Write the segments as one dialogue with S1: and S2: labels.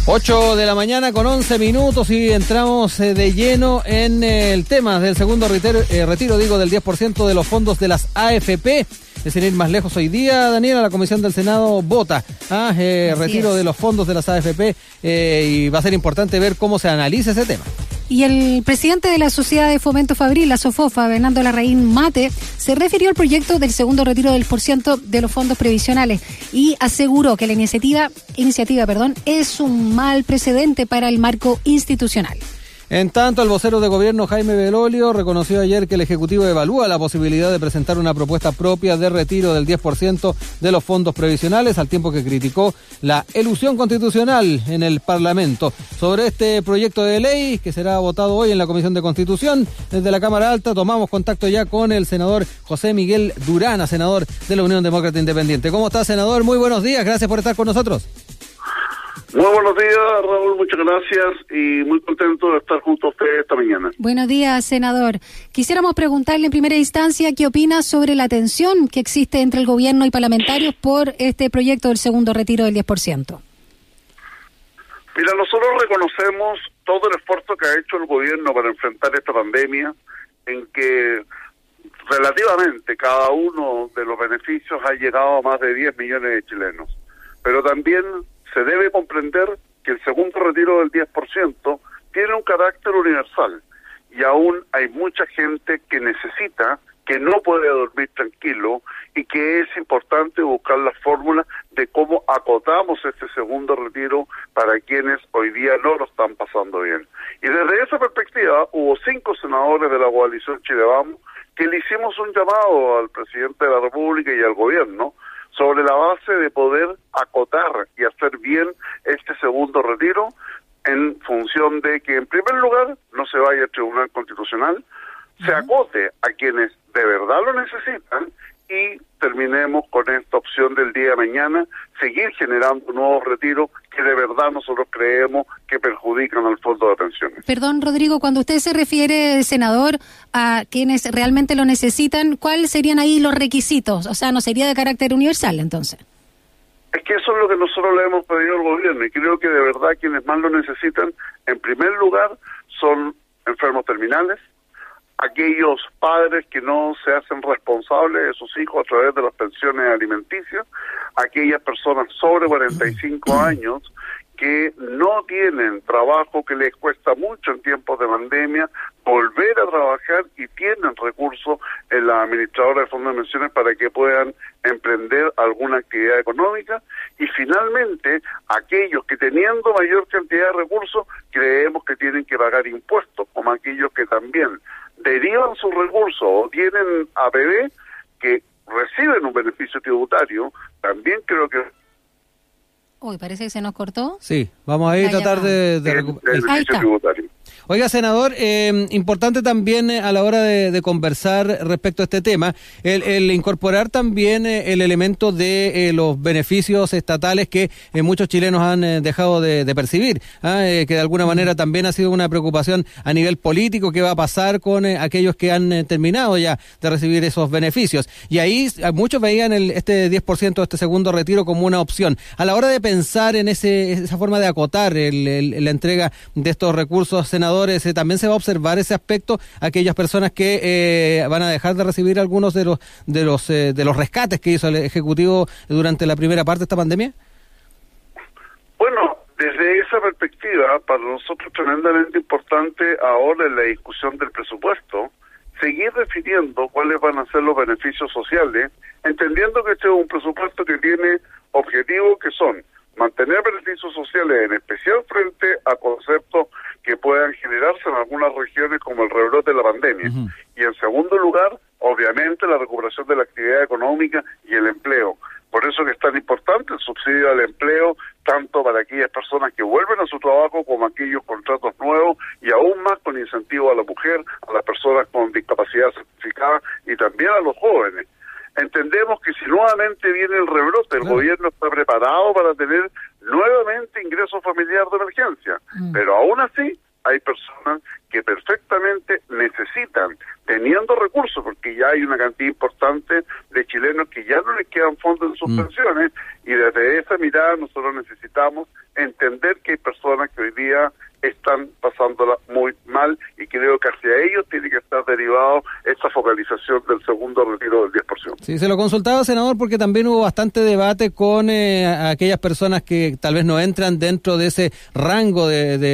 S1: 8 de la mañana con 11 minutos y entramos de lleno en el tema del segundo retiro del 10% de los fondos de las AFP. Sin ir más lejos, hoy día, Daniela, la Comisión del Senado vota retiro de los fondos de las AFP y va a ser importante ver cómo se analiza ese tema.
S2: Y el presidente de la Sociedad de Fomento Fabril, la SOFOFA, Bernardo Larraín Mate, se refirió al proyecto del segundo retiro del % de los fondos previsionales y aseguró que la iniciativa, es un mal precedente para el marco institucional.
S1: En tanto, el vocero de gobierno, Jaime Belolio, reconoció ayer que el Ejecutivo evalúa la posibilidad de presentar una propuesta propia de retiro del 10% de los fondos previsionales, al tiempo que criticó la elusión constitucional en el Parlamento. Sobre este proyecto de ley, que será votado hoy en la Comisión de Constitución, desde la Cámara Alta tomamos contacto ya con el senador José Miguel Durana, senador de la Unión Demócrata Independiente. ¿Cómo está, senador? Muy buenos días, gracias por estar con nosotros.
S3: Muy buenos días, Raúl, muchas gracias y muy contento de estar junto a usted esta mañana.
S2: Buenos días, senador. Quisiéramos preguntarle en primera instancia qué opina sobre la tensión que existe entre el gobierno y parlamentarios por este proyecto del segundo retiro del 10%.
S3: Mira, nosotros reconocemos todo el esfuerzo que ha hecho el gobierno para enfrentar esta pandemia, en que relativamente cada uno de los beneficios ha llegado a más de 10 millones de chilenos, pero también se debe comprender que el segundo retiro del 10% tiene un carácter universal y aún hay mucha gente que necesita, que no puede dormir tranquilo y que es importante buscar la fórmula de cómo acotamos este segundo retiro para quienes hoy día no lo están pasando bien. Y desde esa perspectiva hubo 5 senadores de la coalición Chile Vamos que le hicimos un llamado al presidente de la República y al gobierno sobre la base de poder acotar y hacer bien este segundo retiro en función de que, en primer lugar, no se vaya al Tribunal Constitucional, se acote a quienes de verdad lo necesitan y terminemos con esta opción del día de mañana, seguir generando nuevos retiros que de verdad nosotros creemos que perjudican al fondo de pensiones.
S2: Perdón, Rodrigo, cuando usted se refiere, senador, a quienes realmente lo necesitan, ¿cuáles serían ahí los requisitos? O sea, ¿no sería de carácter universal, entonces?
S3: Es que eso es lo que nosotros le hemos pedido al gobierno y creo que de verdad quienes más lo necesitan, en primer lugar, son enfermos terminales, aquellos padres que no se hacen responsables de sus hijos a través de las pensiones alimenticias, aquellas personas sobre 45 años que no tienen trabajo, que les cuesta mucho en tiempos de pandemia volver a trabajar y tienen recursos en la administradora de fondos de pensiones para que puedan emprender alguna actividad económica, y finalmente aquellos que teniendo mayor cantidad de recursos creemos que tienen que pagar impuestos, como aquellos que también derivan sus recursos o tienen APB que reciben un beneficio tributario. También creo que...
S2: Uy, parece que se nos cortó.
S1: Sí, vamos a ir a tratar de
S3: recuperar el beneficio tributario.
S1: Oiga, senador, importante también a la hora de conversar respecto a este tema, el incorporar también el elemento de los beneficios estatales que muchos chilenos han dejado de percibir, que de alguna manera también ha sido una preocupación a nivel político. ¿Qué va a pasar con aquellos que han terminado ya de recibir esos beneficios? Y ahí muchos veían este 10%, este segundo retiro, como una opción. A la hora de pensar en esa forma de acotar la entrega de estos recursos, senador, también se va a observar ese aspecto, aquellas personas que van a dejar de recibir algunos de los rescates que hizo el Ejecutivo durante la primera parte de esta pandemia.
S3: Bueno, desde esa perspectiva, para nosotros tremendamente importante ahora en la discusión del presupuesto, seguir definiendo cuáles van a ser los beneficios sociales, entendiendo que este es un presupuesto que tiene objetivos que son mantener beneficios sociales, en especial frente a conceptos que puedan generarse en algunas regiones como el rebrote de la pandemia. Y en segundo lugar, obviamente, la recuperación de la actividad económica y el empleo. Por eso que es tan importante el subsidio al empleo, tanto para aquellas personas que vuelven a su trabajo como aquellos contratos nuevos, y aún más con incentivo a la mujer, a las personas con discapacidad certificada y también a los jóvenes. Entendemos que si nuevamente viene el rebrote, el gobierno está preparado para tener nuevamente ingresos familiares de emergencia, pero aún así hay personas que perfectamente necesitan, teniendo recursos, porque ya hay una cantidad importante de chilenos que ya no les quedan fondos en sus pensiones, Y desde esa mirada nosotros necesitamos entender que hay personas que hoy día están pasándola muy mal y creo que hacia ellos tiene que estar derivado esta focalización del segundo retiro del 10%.
S1: Sí, se lo consultaba, senador, porque también hubo bastante debate con aquellas personas que tal vez no entran dentro de ese rango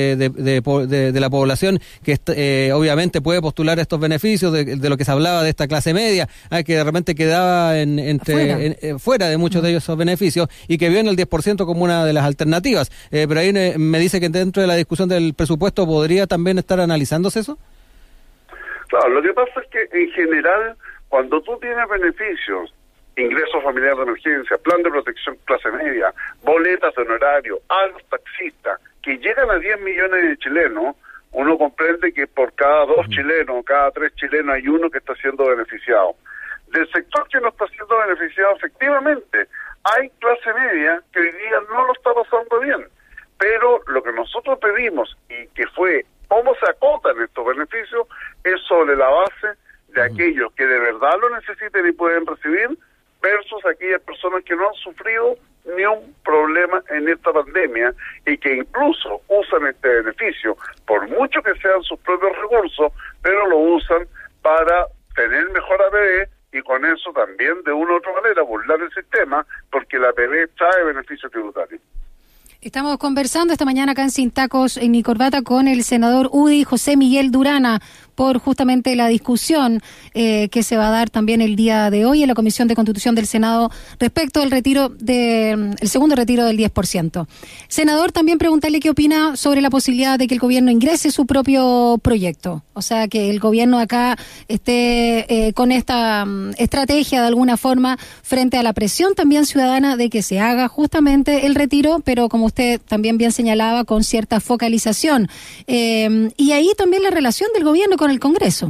S1: de la población que obviamente puede postular estos beneficios de lo que se hablaba de esta clase media, que de repente quedaba fuera de muchos de ellos esos beneficios y que vio en el 10% como una de las alternativas. Pero ahí me dice que dentro de la discusión del presupuesto podría también estar analizándose eso.
S3: Claro, lo que pasa es que en general, cuando tú tienes beneficios, ingresos familiares de emergencia, plan de protección clase media, boletas de honorario, a los taxistas, que llegan a 10 millones de chilenos, uno comprende que por cada 2 chilenos, cada 3 chilenos hay uno que está siendo beneficiado. Del sector que no está siendo beneficiado, efectivamente, hay clase media que hoy día no lo está pasando bien. Pero lo que nosotros pedimos, y que fue cómo se acotan estos beneficios, es sobre la base de aquellos que de verdad lo necesiten y pueden recibir, versus aquellas personas que no han sufrido ni un problema en esta pandemia y que incluso usan este beneficio, por mucho que sean sus propios recursos, pero lo usan para tener mejor APB y con eso también de una u otra manera burlar el sistema, porque la APB trae beneficio tributario.
S2: Estamos conversando esta mañana acá en Sin Tacos ni Corbata con el senador UDI José Miguel Durana por justamente la discusión que se va a dar también el día de hoy en la Comisión de Constitución del Senado respecto del el segundo retiro del 10%. Senador, también preguntarle qué opina sobre la posibilidad de que el gobierno ingrese su propio proyecto, o sea, que el gobierno acá esté con esta estrategia de alguna forma frente a la presión también ciudadana de que se haga justamente el retiro, pero como usted también bien señalaba, con cierta focalización. Y ahí también la relación del gobierno con el Congreso.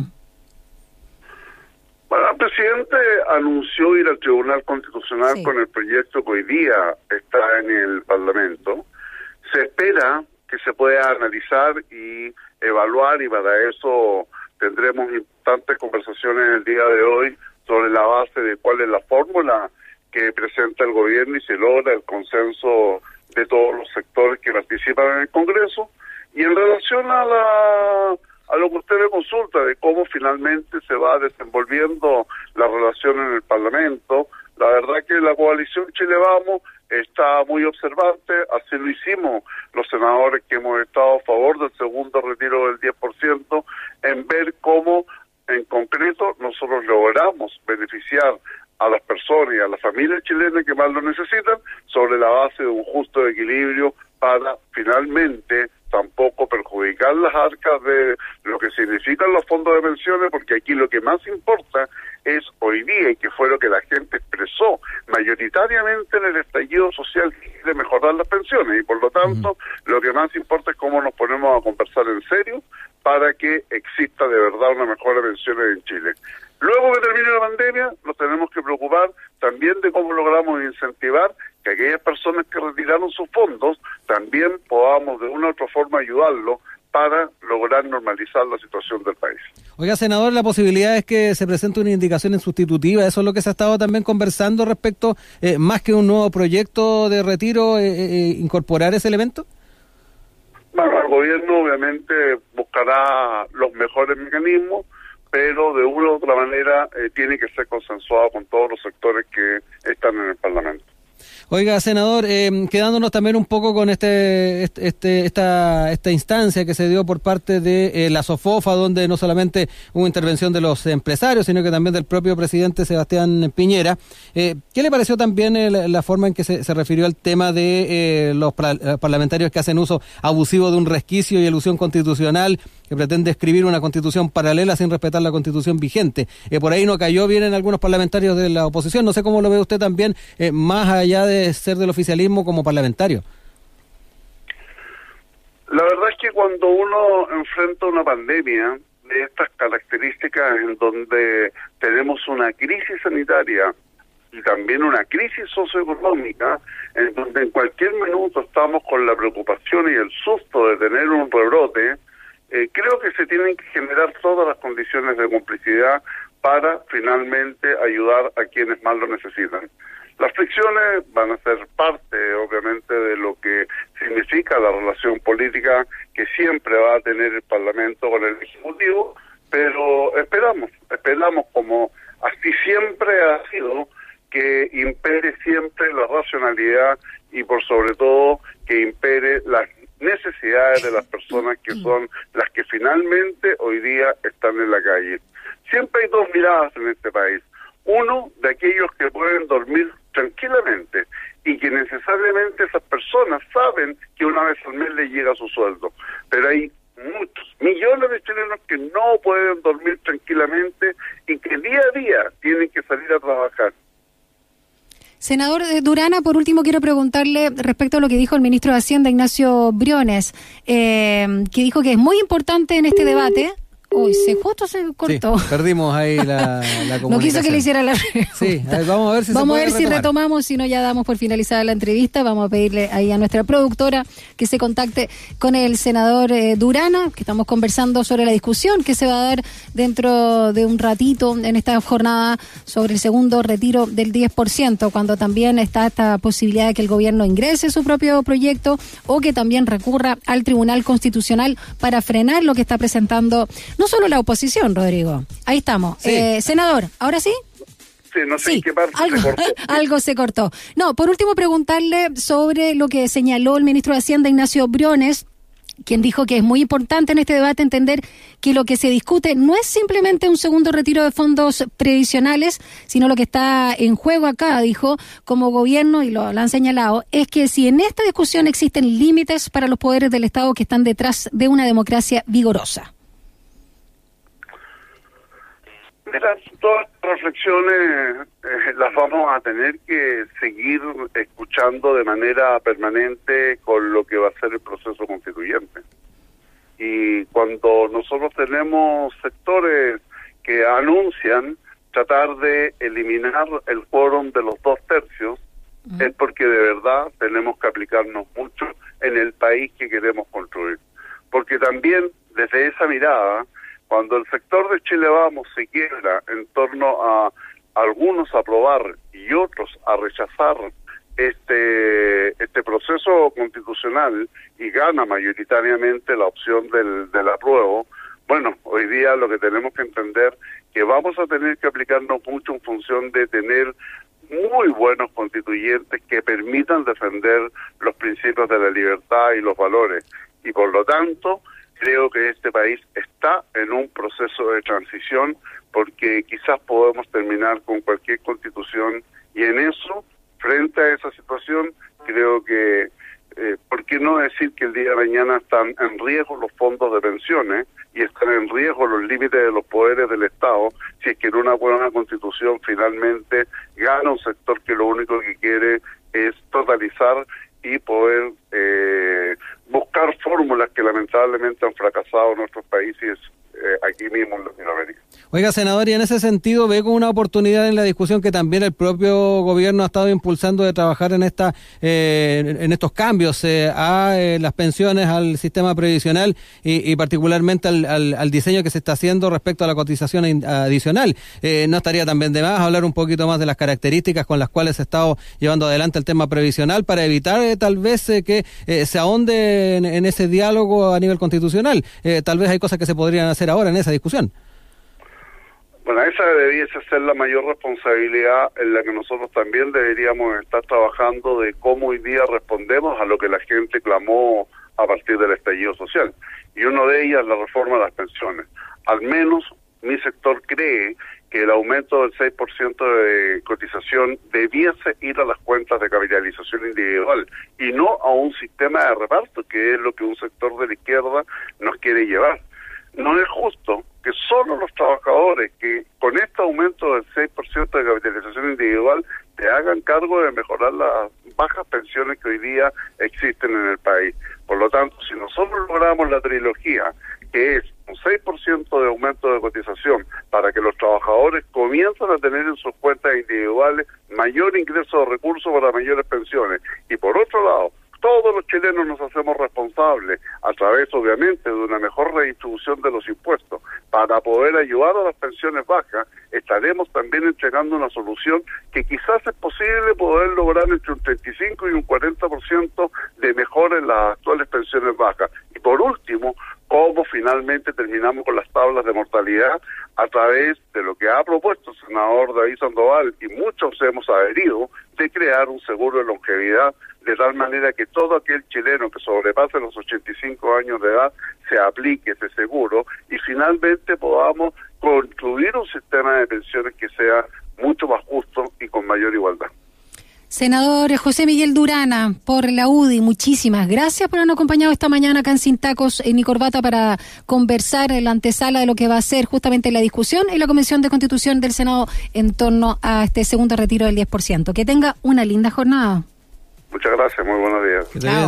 S3: Bueno, el presidente anunció ir al Tribunal Constitucional con el proyecto que hoy día está en el Parlamento. Se espera que se pueda analizar y evaluar, y para eso tendremos importantes conversaciones el día de hoy sobre la base de cuál es la fórmula que presenta el gobierno y se logra el consenso de todos los sectores que participan en el Congreso. Y en relación a lo que usted me consulta de cómo finalmente se va desenvolviendo la relación en el Parlamento, la verdad que la coalición Chile Vamos está muy observante, así lo hicimos los senadores que hemos estado a favor del segundo retiro del 10%, en ver cómo en concreto nosotros logramos beneficiar a las personas y a las familias chilenas que más lo necesitan sobre la base de un justo equilibrio para finalmente tampoco perjudicar las arcas de lo que significan los fondos de pensiones, porque aquí lo que más importa es hoy día, y que fue lo que la gente expresó mayoritariamente en el estallido social, de mejorar las pensiones, y por lo tanto lo que más importa es cómo nos ponemos a conversar en serio para que exista de verdad una mejora de pensiones en Chile. Luego que termine la pandemia, nos tenemos que preocupar también de cómo logramos incentivar que aquellas personas que retiraron sus fondos también podamos de una u otra forma ayudarlos para lograr normalizar la situación del país.
S1: Oiga, senador, la posibilidad es que se presente una indicación en sustitutiva. ¿Eso es lo que se ha estado también conversando respecto, más que un nuevo proyecto de retiro, incorporar ese elemento?
S3: Bueno, el gobierno obviamente buscará los mejores mecanismos, pero de una u otra manera tiene que ser consensuado con todos los sectores que están en el Parlamento.
S1: Oiga, senador, quedándonos también un poco con esta instancia que se dio por parte de la SOFOFA, donde no solamente hubo intervención de los empresarios, sino que también del propio presidente Sebastián Piñera. ¿Qué le pareció también la forma en que se refirió al tema de los parlamentarios que hacen uso abusivo de un resquicio y elusión constitucional, que pretende escribir una constitución paralela sin respetar la constitución vigente? Por ahí no cayó bien en algunos parlamentarios de la oposición. No sé cómo lo ve usted también, más allá de ser del oficialismo como parlamentario.
S3: La verdad es que cuando uno enfrenta una pandemia de estas características, en donde tenemos una crisis sanitaria y también una crisis socioeconómica, en donde en cualquier minuto estamos con la preocupación y el susto de tener un rebrote, creo que se tienen que generar todas las condiciones de complicidad para finalmente ayudar a quienes más lo necesitan. Las fricciones van a ser parte, obviamente, de lo que significa la relación política que siempre va a tener el Parlamento con el Ejecutivo, pero esperamos como así siempre ha sido, que impere siempre la racionalidad y por sobre todo que impere las necesidades de las personas que son las que finalmente hoy día están en la calle. Siempre hay dos miradas en este país. Uno, de aquellos que pueden dormir tranquilamente y que necesariamente esas personas saben que una vez al mes les llega su sueldo. Pero hay muchos, millones de chilenos que no pueden dormir tranquilamente y que día a día tienen que salir a trabajar.
S2: Senador Durana, por último quiero preguntarle respecto a lo que dijo el ministro de Hacienda, Ignacio Briones, que dijo que es muy importante en este debate. Uy, justo se cortó.
S1: Sí, perdimos ahí la comunicación.
S2: No quiso que le hiciera la pregunta.
S1: Sí, a ver, vamos a ver si
S2: vamos a ver si retomamos, si no ya damos por finalizada la entrevista. Vamos a pedirle ahí a nuestra productora que se contacte con el senador Durana, que estamos conversando sobre la discusión que se va a dar dentro de un ratito en esta jornada sobre el segundo retiro del 10%, cuando también está esta posibilidad de que el gobierno ingrese su propio proyecto o que también recurra al Tribunal Constitucional para frenar lo que está presentando no solo la oposición, Rodrigo. Ahí estamos. Sí. Senador, ¿ahora sí?
S3: Sí, no sé en qué parte se cortó.
S2: Algo se cortó. No, por último preguntarle sobre lo que señaló el ministro de Hacienda, Ignacio Briones, quien dijo que es muy importante en este debate entender que lo que se discute no es simplemente un segundo retiro de fondos previsionales, sino lo que está en juego acá, dijo, como gobierno, y lo han señalado, es que si en esta discusión existen límites para los poderes del Estado que están detrás de una democracia vigorosa.
S3: Mira, todas las reflexiones las vamos a tener que seguir escuchando de manera permanente con lo que va a ser el proceso constituyente. Y cuando nosotros tenemos sectores que anuncian tratar de eliminar el quórum de los 2/3, es porque de verdad tenemos que aplicarnos mucho en el país que queremos construir. Porque también desde esa mirada, cuando el sector de Chile Vamos se quiebra en torno a algunos aprobar y otros a rechazar este proceso constitucional y gana mayoritariamente la opción del apruebo, bueno, hoy día lo que tenemos que entender que vamos a tener que aplicarnos mucho en función de tener muy buenos constituyentes que permitan defender los principios de la libertad y los valores. Y por lo tanto, creo que este país está en un proceso de transición porque quizás podemos terminar con cualquier constitución y en eso, frente a esa situación, creo que, ¿por qué no decir que el día de mañana están en riesgo los fondos de pensiones y están en riesgo los límites de los poderes del Estado si es que en una buena constitución finalmente gana un sector que lo único que quiere es totalizar y poder buscar fórmulas que lamentablemente han fracasado en nuestros países aquí mismo en Latinoamérica.
S1: Oiga, senador, y en ese sentido ve como una oportunidad en la discusión que también el propio gobierno ha estado impulsando de trabajar en en estos cambios a las pensiones, al sistema previsional y particularmente al diseño que se está haciendo respecto a la cotización adicional. ¿No estaría también de más hablar un poquito más de las características con las cuales se ha estado llevando adelante el tema previsional para evitar tal vez que se ahonde en ese diálogo a nivel constitucional? Tal vez hay cosas que se podrían hacer ahora en esa discusión.
S3: Bueno, esa debiese ser la mayor responsabilidad en la que nosotros también deberíamos estar trabajando de cómo hoy día respondemos a lo que la gente clamó a partir del estallido social. Y uno de ellas es la reforma de las pensiones. Al menos mi sector cree que el aumento del 6% de cotización debiese ir a las cuentas de capitalización individual y no a un sistema de reparto, que es lo que un sector de la izquierda nos quiere llevar. No es justo que solo los trabajadores que con este aumento del 6% de capitalización individual te hagan cargo de mejorar las bajas pensiones que hoy día existen en el país. Por lo tanto, si nosotros logramos la trilogía, que es un 6% de aumento de cotización para que los trabajadores comiencen a tener en sus cuentas individuales mayor ingreso de recursos para mayores pensiones, y por otro lado, todos todos los chilenos nos hacemos responsables, a través obviamente de una mejor redistribución de los impuestos, para poder ayudar a las pensiones bajas, estaremos también entregando una solución que quizás es posible poder lograr entre un 35 y un 40% de mejora en las actuales pensiones bajas. Y por último, cómo finalmente terminamos con las tablas de mortalidad a través de lo que ha propuesto el senador David Sandoval, y muchos hemos adherido, de crear un seguro de longevidad, de tal manera que todo aquel chileno que sobrepase los 85 años de edad se aplique ese seguro y finalmente podamos construir un sistema de pensiones que sea mucho más justo y con mayor igualdad.
S2: Senador José Miguel Durana, por la UDI, muchísimas gracias por habernos acompañado esta mañana acá en Sin Tacos ni Corbata para conversar en la antesala de lo que va a ser justamente la discusión en la Convención de Constitución del Senado en torno a este segundo retiro del 10%. Que tenga una linda jornada.
S3: Muchas gracias, muy buenos días.
S2: Chao.